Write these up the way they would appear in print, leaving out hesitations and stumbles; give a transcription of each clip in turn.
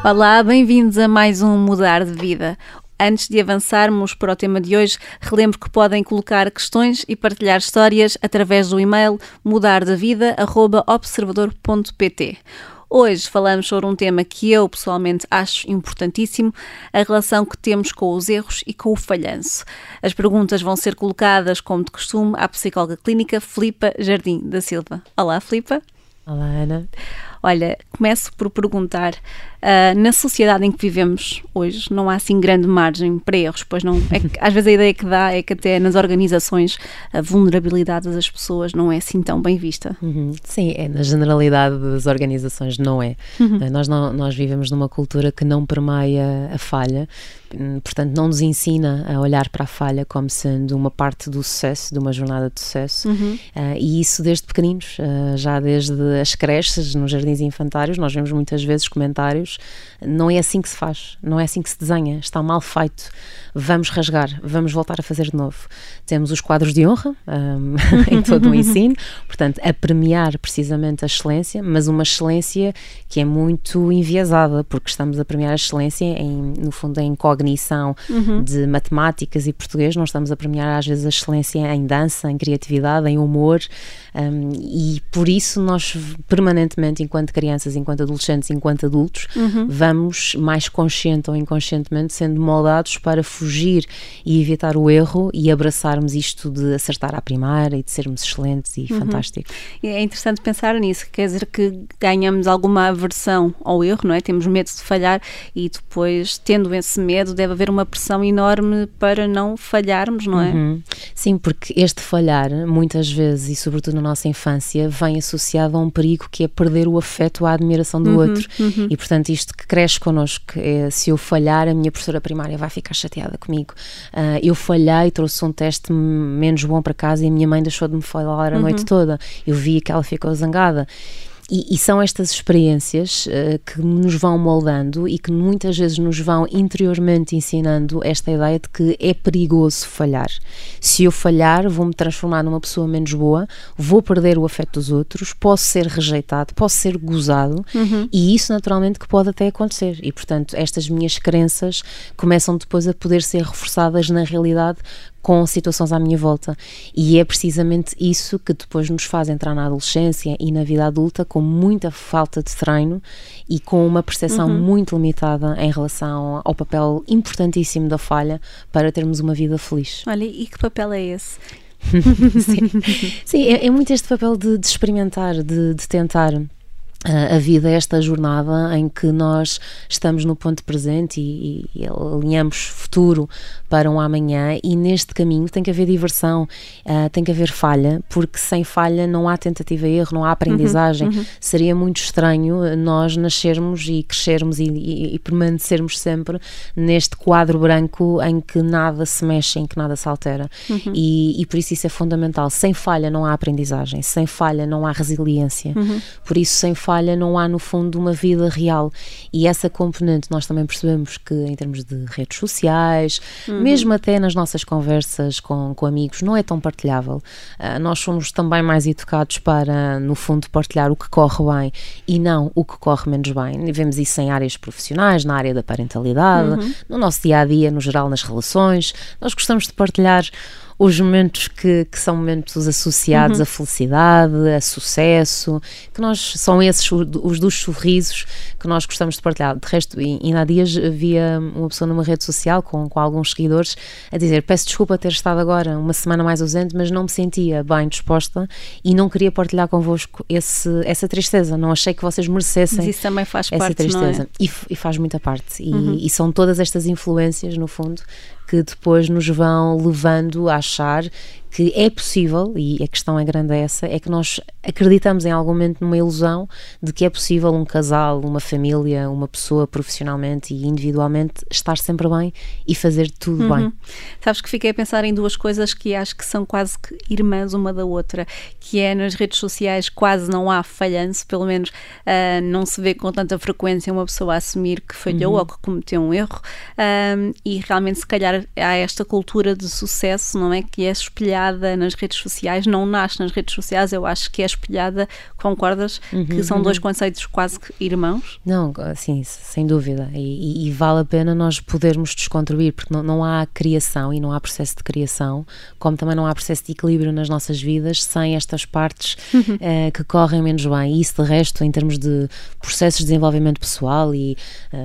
Olá, bem-vindos a mais um Mudar de Vida. Antes de avançarmos para o tema de hoje, relembro que podem colocar questões e partilhar histórias através do e-mail mudardavida@observador.pt. Hoje falamos sobre um tema que eu pessoalmente acho importantíssimo, a relação que temos com os erros e com o falhanço. As perguntas vão ser colocadas, como de costume, à psicóloga clínica Filipa Jardim da Silva. Olá, Filipa. Olá, Ana. Olha, começo por perguntar, na sociedade em que vivemos hoje, não há assim grande margem para erros, pois não? É que, às vezes a ideia que dá é que até nas organizações a vulnerabilidade das pessoas não é assim tão bem vista. Sim, na generalidade das organizações não é. Nós vivemos numa cultura que não permeia a falha, portanto não nos ensina a olhar para a falha como sendo uma parte do sucesso, de uma jornada de sucesso, e isso desde pequeninos, já desde as creches, nos jardins infantários, nós vemos muitas vezes comentários: não é assim que se faz, não é assim que se desenha, está mal feito, vamos rasgar, vamos voltar a fazer de novo. Temos os quadros de honra em todo o ensino, portanto a premiar precisamente a excelência, mas uma excelência que é muito enviesada, porque estamos a premiar a excelência no fundo em cognição de matemáticas e português, não estamos a premiar às vezes a excelência em dança, em criatividade, em humor, e por isso nós permanentemente, enquanto crianças, enquanto adolescentes, enquanto adultos, vamos mais consciente ou inconscientemente sendo moldados para fugir e evitar o erro e abraçarmos isto de acertar à primeira e de sermos excelentes e fantásticos. É interessante pensar nisso, quer dizer que ganhamos alguma aversão ao erro, não é? Temos medo de falhar e depois, tendo esse medo, deve haver uma pressão enorme para não falharmos, não é? Sim, porque este falhar, muitas vezes, e sobretudo na nossa infância, vem associado a um perigo que é perder o afeto, a admiração do outro. E portanto isto que cresce connosco é: se eu falhar, a minha professora primária vai ficar chateada comigo. Eu falhei, trouxe um teste menos bom para casa e a minha mãe deixou de me falar a noite toda. Eu vi que ela ficou zangada. E são estas experiências que nos vão moldando e que muitas vezes nos vão interiormente ensinando esta ideia de que é perigoso falhar. Se eu falhar, vou-me transformar numa pessoa menos boa, vou perder o afeto dos outros, posso ser rejeitado, posso ser gozado, e isso naturalmente que pode até acontecer. E portanto estas minhas crenças começam depois a poder ser reforçadas na realidade com situações à minha volta, e é precisamente isso que depois nos faz entrar na adolescência e na vida adulta com muita falta de treino e com uma percepção muito limitada em relação ao papel importantíssimo da falha para termos uma vida feliz. Olha, e que papel é esse? Sim, é muito este papel de experimentar, de tentar. A vida é esta jornada em que nós estamos no ponto presente e alinhamos futuro para um amanhã, e neste caminho tem que haver diversão, tem que haver falha, porque sem falha não há tentativa e erro, não há aprendizagem. Seria muito estranho nós nascermos e crescermos e permanecermos sempre neste quadro branco em que nada se mexe, em que nada se altera. E por isso é fundamental. Sem falha não há aprendizagem, sem falha não há resiliência, por isso sem falha não há no fundo uma vida real, e essa componente nós também percebemos que em termos de redes sociais, mesmo até nas nossas conversas com amigos, não é tão partilhável. Nós somos também mais educados para, no fundo, partilhar o que corre bem e não o que corre menos bem. Vemos isso em áreas profissionais, na área da parentalidade, no nosso dia-a-dia, no geral, nas relações. Nós gostamos de partilhar os momentos que são momentos associados à felicidade, a sucesso, que são esses os dos sorrisos que nós gostamos de partilhar. De resto, ainda há dias havia uma pessoa numa rede social com alguns seguidores a dizer: peço desculpa ter estado agora uma semana mais ausente, mas não me sentia bem disposta e não queria partilhar convosco essa tristeza, não achei que vocês merecessem. Mas isso também faz essa parte, tristeza, não é? E faz muita parte, e são todas estas influências, no fundo, que depois nos vão levando a achar que é possível, e a questão é grande essa, é que nós acreditamos em algum momento numa ilusão de que é possível um casal, uma família, uma pessoa profissionalmente e individualmente estar sempre bem e fazer tudo bem. Sabes que fiquei a pensar em duas coisas que acho que são quase que irmãs uma da outra, que é nas redes sociais quase não há falhanço, pelo menos não se vê com tanta frequência uma pessoa a assumir que falhou ou que cometeu um erro, e realmente se calhar há esta cultura de sucesso, não é? Que é espelhar espelhada nas redes sociais, não nasce nas redes sociais, eu acho que é espelhada, concordas, que são dois conceitos quase que irmãos? Não, sim, sem dúvida, e vale a pena nós podermos desconstruir, porque não há criação e não há processo de criação, como também não há processo de equilíbrio nas nossas vidas sem estas partes que correm menos bem. E isso, de resto, em termos de processos de desenvolvimento pessoal e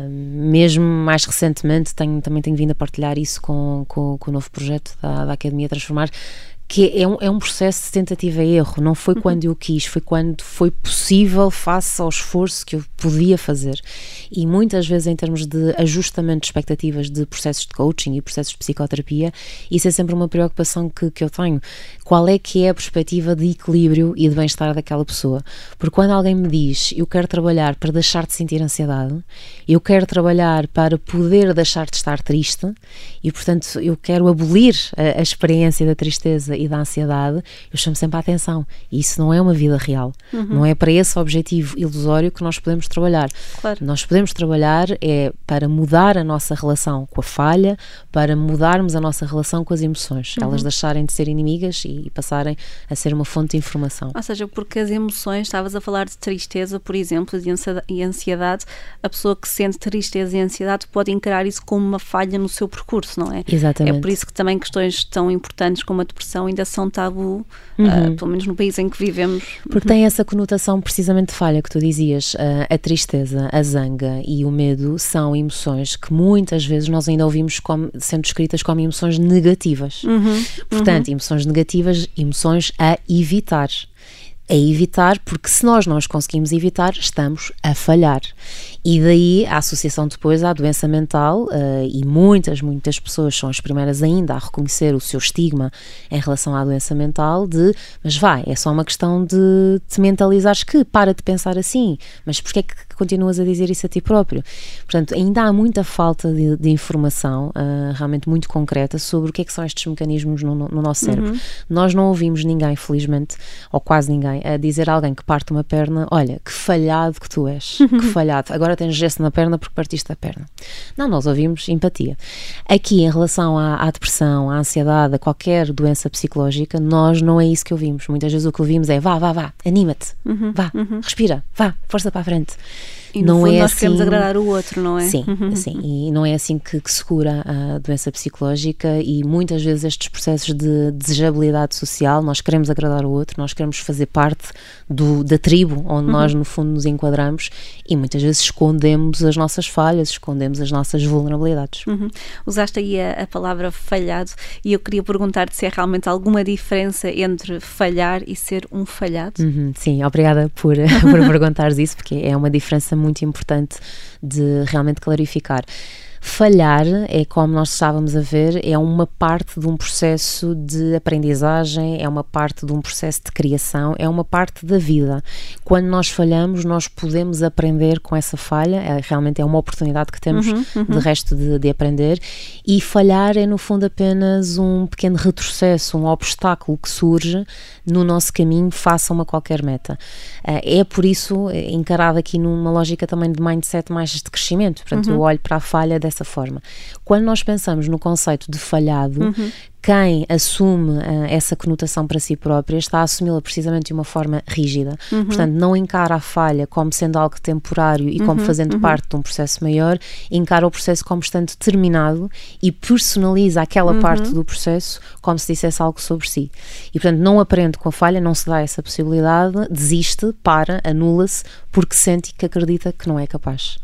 mesmo mais recentemente também tenho vindo a partilhar isso com o novo projeto da Academia Transformar, que é um processo de tentativa e erro. Não foi quando eu quis, foi quando foi possível face ao esforço que eu podia fazer. E muitas vezes, em termos de ajustamento de expectativas de processos de coaching e processos de psicoterapia, isso é sempre uma preocupação que eu tenho. Qual é que é a perspectiva de equilíbrio e de bem-estar daquela pessoa? Porque quando alguém me diz, eu quero trabalhar para deixar de sentir ansiedade, eu quero trabalhar para poder deixar de estar triste e, portanto, eu quero abolir a experiência da tristeza e da ansiedade, eu chamo sempre a atenção. E isso não é uma vida real. Não é para esse objetivo ilusório que nós podemos trabalhar. Claro. Nós podemos trabalhar para mudar a nossa relação com a falha, para mudarmos a nossa relação com as emoções. Elas deixarem de ser inimigas e passarem a ser uma fonte de informação. Ou seja, porque as emoções, estavas a falar de tristeza, por exemplo, e ansiedade, a pessoa que sente tristeza e ansiedade pode encarar isso como uma falha no seu percurso, não é? Exatamente. É por isso que também questões tão importantes como a depressão ainda são tabu, pelo menos no país em que vivemos. Porque tem essa conotação precisamente de falha que tu dizias. A tristeza, a zanga e o medo são emoções que muitas vezes nós ainda ouvimos sendo descritas como emoções negativas. Portanto, emoções negativas, emoções a evitar. A evitar, porque se nós não os conseguimos evitar, estamos a falhar. E daí a associação depois à doença mental, e muitas pessoas são as primeiras ainda a reconhecer o seu estigma em relação à doença mental mas é só uma questão de te mentalizares que para de pensar assim, mas porquê é que continuas a dizer isso a ti próprio? Portanto, ainda há muita falta de informação realmente muito concreta sobre o que é que são estes mecanismos no nosso cérebro. Nós não ouvimos ninguém, felizmente, ou quase ninguém, a dizer a alguém que parte uma perna, olha, que falhado que tu és, que falhado, agora tens gesso na perna porque partiste a perna. Não, nós ouvimos empatia. Aqui, em relação à depressão, à ansiedade, a qualquer doença psicológica, nós não é isso que ouvimos. Muitas vezes o que ouvimos é vá, anima-te, vá, respira, vá, força para a frente. E no fundo nós queremos agradar o outro, não é? Sim, sim, e não é assim que se cura a doença psicológica, e muitas vezes estes processos de desejabilidade social, nós queremos agradar o outro, nós queremos fazer parte da tribo onde nós no fundo nos enquadramos, e muitas vezes escondemos as nossas falhas, escondemos as nossas vulnerabilidades. Usaste aí a palavra falhado, e eu queria perguntar-te se há realmente alguma diferença entre falhar e ser um falhado. Sim, obrigada por perguntares isso, porque é uma diferença muito importante de realmente clarificar. Falhar é, como nós estávamos a ver, é uma parte de um processo de aprendizagem, é uma parte de um processo de criação, é uma parte da vida. Quando nós falhamos, nós podemos aprender com essa falha, realmente é uma oportunidade que temos de resto de aprender, e falhar é no fundo apenas um pequeno retrocesso, um obstáculo que surge no nosso caminho face a uma qualquer meta. É por isso encarado aqui numa lógica também de mindset mais de crescimento, portanto eu olho para a falha dessa forma. Quando nós pensamos no conceito de falhado, quem assume essa conotação para si própria está a assumi-la precisamente de uma forma rígida. Portanto, não encara a falha como sendo algo temporário e como fazendo parte de um processo maior, encara o processo como estando terminado e personaliza aquela parte do processo como se dissesse algo sobre si. E, portanto, não aprende com a falha, não se dá essa possibilidade, desiste, anula-se, porque sente que acredita que não é capaz.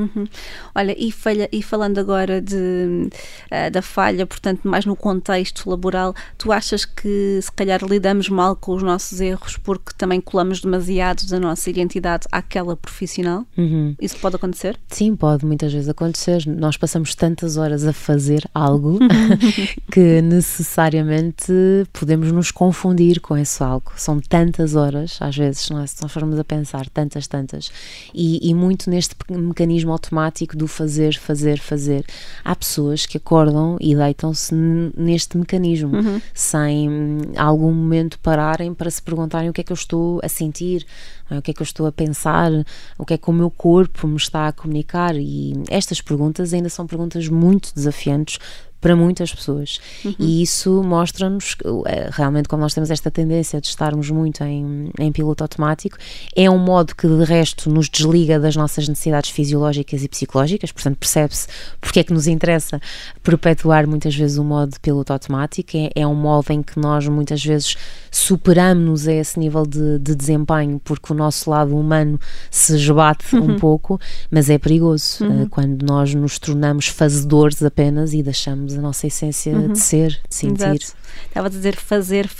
Olha, e falando agora da falha, portanto, mais no contexto laboral, tu achas que se calhar lidamos mal com os nossos erros porque também colamos demasiado da nossa identidade àquela profissional? Isso pode acontecer? Sim, pode muitas vezes acontecer. Nós passamos tantas horas a fazer algo que necessariamente podemos nos confundir com esse algo. São tantas horas, às vezes, não é? Se nós formos a pensar, tantas. E muito neste mecanismo automático do fazer. Há pessoas que acordam e deitam-se neste mecanismo, sem algum momento pararem para se perguntarem o que é que eu estou a sentir, não é? O que é que eu estou a pensar, o que é que o meu corpo me está a comunicar, e estas perguntas ainda são perguntas muito desafiantes para muitas pessoas, e isso mostra-nos realmente, como nós temos esta tendência de estarmos muito em piloto automático, é um modo que de resto nos desliga das nossas necessidades fisiológicas e psicológicas, portanto percebe-se porque é que nos interessa perpetuar muitas vezes o modo de piloto automático. É um modo em que nós muitas vezes superamos-nos a esse nível de desempenho, porque o nosso lado humano se esbate um pouco, mas é perigoso quando nós nos tornamos fazedores apenas e deixamos a nossa essência de ser, de sentir. Exato. Estava a dizer fazer,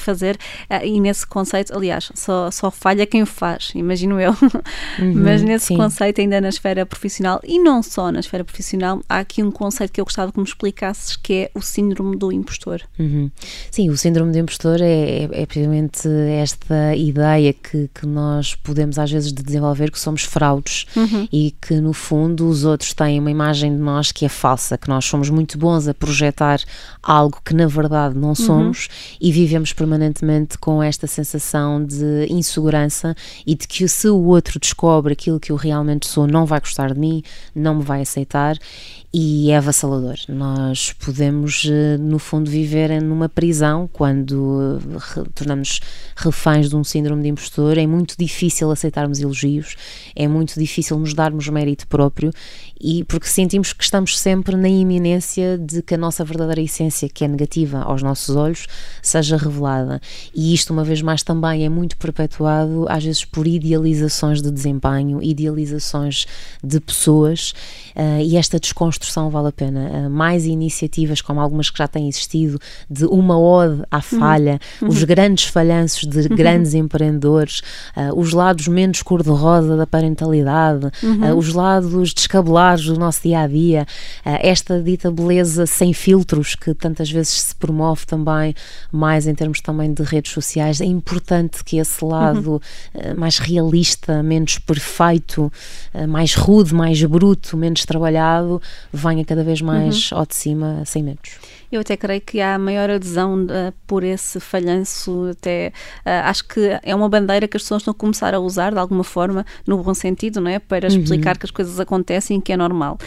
e nesse conceito, aliás, só falha quem o faz, imagino eu, mas nesse conceito ainda na esfera profissional, e não só na esfera profissional, há aqui um conceito que eu gostava que me explicasses, que é o síndrome do impostor. Sim, o síndrome do impostor é precisamente esta ideia que nós podemos às vezes desenvolver, que somos fraudes e que no fundo os outros têm uma imagem de nós que é falsa, que nós somos muito bons a projetar algo que na verdade não somos, e vivemos permanentemente com esta sensação de insegurança e de que se o outro descobre aquilo que eu realmente sou, não vai gostar de mim, não me vai aceitar, e é avassalador. Nós podemos no fundo viver numa prisão quando tornamos reféns de um síndrome de impostor. É muito difícil aceitarmos elogios, é muito difícil nos darmos mérito próprio, e porque sentimos que estamos sempre na iminência de que a nossa verdadeira essência, que é negativa aos nossos olhos, seja revelada. E isto, uma vez mais, também é muito perpetuado às vezes por idealizações de desempenho, idealizações de pessoas, e esta desconstrução vale a pena. Mais iniciativas, como algumas que já têm existido, de uma ode à falha, os grandes falhanços de grandes empreendedores, os lados menos cor-de-rosa da parentalidade, os lados descabelados do nosso dia-a-dia, esta dita beleza sem filtros que tantas vezes se promove também, mais em termos também de redes sociais. É importante que esse lado mais realista, menos perfeito, mais rude, mais bruto, menos trabalhado, venha cada vez mais ao de cima, sem medos. Eu até creio que há maior adesão por esse falhanço, até acho que é uma bandeira que as pessoas estão a começar a usar de alguma forma, no bom sentido, não é? Para explicar que as coisas acontecem e que é normal.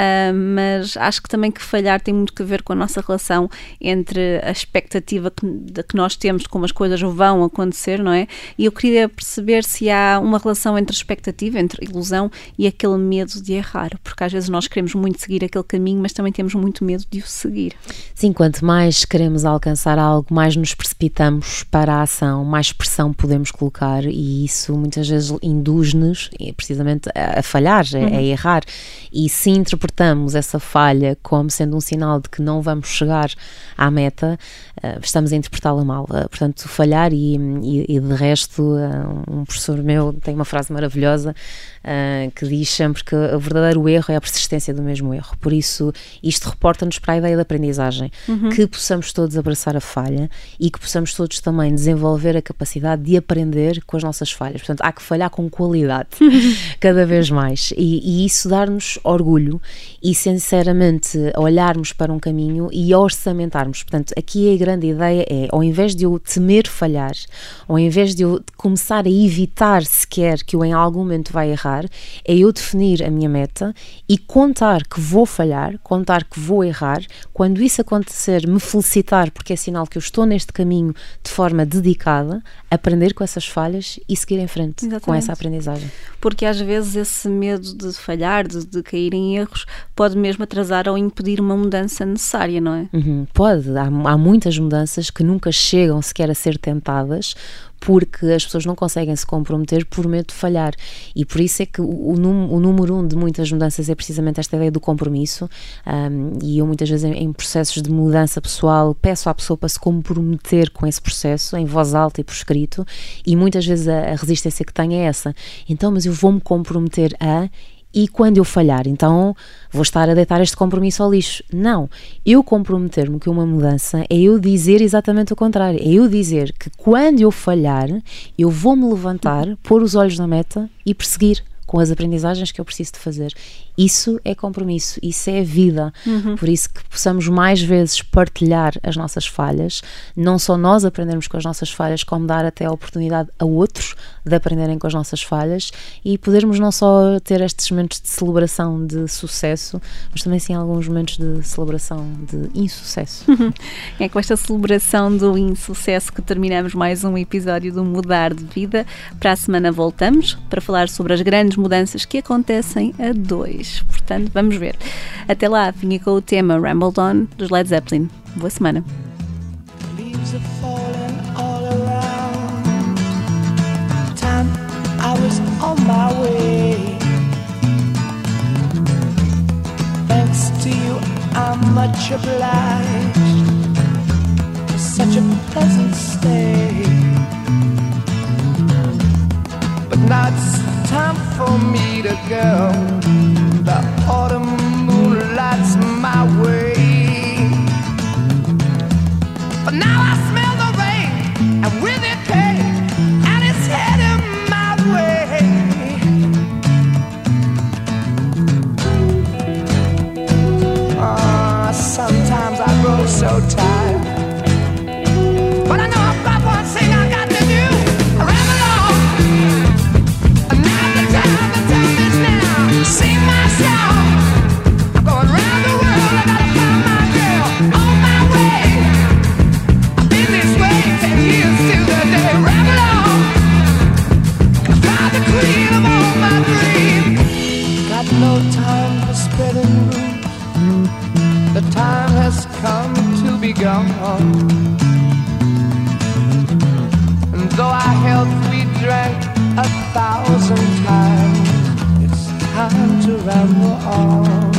Mas acho que também que falhar tem muito a ver com a nossa relação entre a expectativa que nós temos de como as coisas vão acontecer, não é? E eu queria perceber se há uma relação entre a expectativa, entre a ilusão e aquele medo de errar, porque às vezes nós queremos muito seguir aquele caminho, mas também temos muito medo de o seguir. Sim, quanto mais queremos alcançar algo, mais nos precipitamos para a ação, mais pressão podemos colocar, e isso muitas vezes induz-nos precisamente a falhar, a errar. E se interpretamos essa falha como sendo um sinal de que não vamos chegar à meta, estamos a interpretá-la mal. Portanto, falhar, e de resto, um professor meu tem uma frase maravilhosa que diz sempre que o verdadeiro erro é a persistência do mesmo erro. Por isso, isto reporta-nos para a ideia da aprendizagem, que possamos todos abraçar a falha e que possamos todos também desenvolver a capacidade de aprender com as nossas falhas. Portanto, há que falhar com qualidade, cada vez mais. E isso dar-nos orgulho e, sinceramente, olharmos para um caminho e orçamentarmos. Portanto, aqui a grande ideia é, ao invés de eu temer falhar, ao invés de eu começar a evitar sequer que eu em algum momento vai errar, é eu definir a minha meta e contar que vou falhar, contar que vou errar. Quando isso acontecer, me felicitar, porque é sinal que eu estou neste caminho de forma dedicada, aprender com essas falhas e seguir em frente. Exatamente. Com essa aprendizagem. Porque às vezes esse medo de falhar, de cair em erros, pode mesmo atrasar ou impedir uma mudança necessária, não é? Pode. Há muitas mudanças que nunca chegam sequer a ser tentadas, porque as pessoas não conseguem se comprometer por medo de falhar, e por isso é que o número 1 de muitas mudanças é precisamente esta ideia do compromisso. E eu muitas vezes em processos de mudança pessoal peço à pessoa para se comprometer com esse processo em voz alta e por escrito, e muitas vezes a resistência que tenho é essa. Então, mas eu vou-me comprometer e quando eu falhar, então vou estar a deitar este compromisso ao lixo. Não, eu comprometer-me com uma mudança é eu dizer exatamente o contrário, é eu dizer que quando eu falhar, eu vou-me levantar, pôr os olhos na meta e perseguir com as aprendizagens que eu preciso de fazer. Isso é compromisso, isso é vida. Por isso que possamos mais vezes partilhar as nossas falhas, não só nós aprendermos com as nossas falhas, como dar até a oportunidade a outros de aprenderem com as nossas falhas e podermos não só ter estes momentos de celebração de sucesso, mas também sim alguns momentos de celebração de insucesso. É com esta celebração do insucesso que terminamos mais um episódio do Mudar de Vida. Para a semana voltamos para falar sobre as grandes mudanças que acontecem a dois. Portanto, vamos ver. Até lá, vinha com o tema Ramble On dos Led Zeppelin. Boa semana. Leaves are falling all around. Time I was on my way. Thanks to you, I'm much obliged for such a pleasant stay. But now it's time for me to go. The autumn moon lights my way. But now I smell the rain, and with it pain, and it's heading my way. Sometimes I grow so tired, but I know I've got one thing I got to do. Ramble on, and now the time is now. Sing my song, I'm going round the world. I gotta find my girl on my way. I've been this way 10 years to the day. Ramble on, I find the queen of all my dreams. Got no time for spreading rumors. The time has come to be gone. And though our health we drank 1,000 times, it's time to ramble on.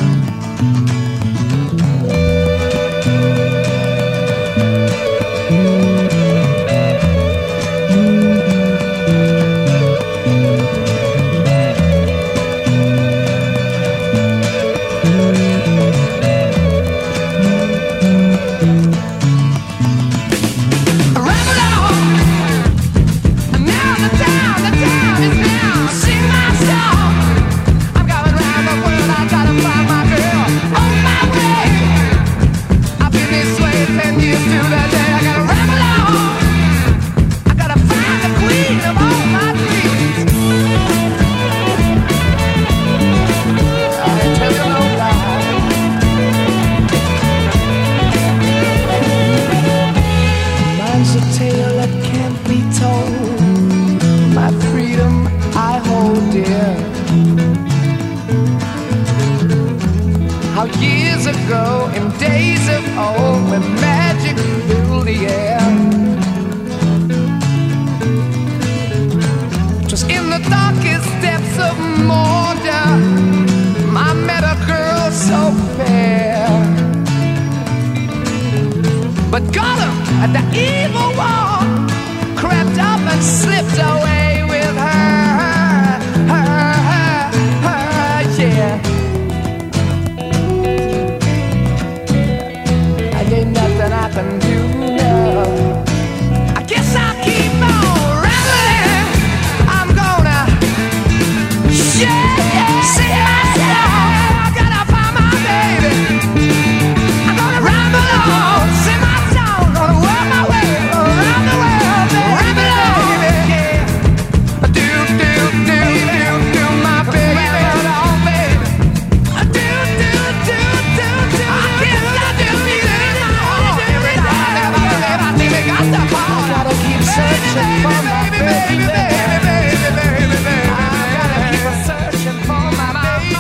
How years ago, in days of old, when magic filled the air, 'twas in the darkest depths of Mordor I met a girl so fair. But Gollum, the evil one, crept up and slipped away with her, yeah. Ain't nothing I can do now. I guess I'll keep on rambling. I'm gonna sing my song. I gotta find my baby. I'm gonna ramble on, sing my song, gonna work my way around the world, ramble on, yeah. Do my baby, ramble on, baby. Do. I guess I do need it. I gotta keep searching for my baby. I gotta keep searching for my baby.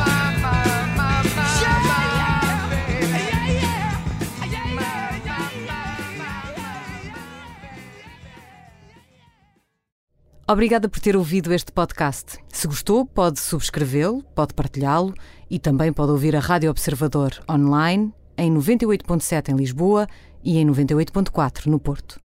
Obrigada por ter ouvido este podcast. Se gostou, pode subscrevê-lo, pode partilhá-lo e também pode ouvir a Rádio Observador online em 98.7 em Lisboa e em 98.4 no Porto.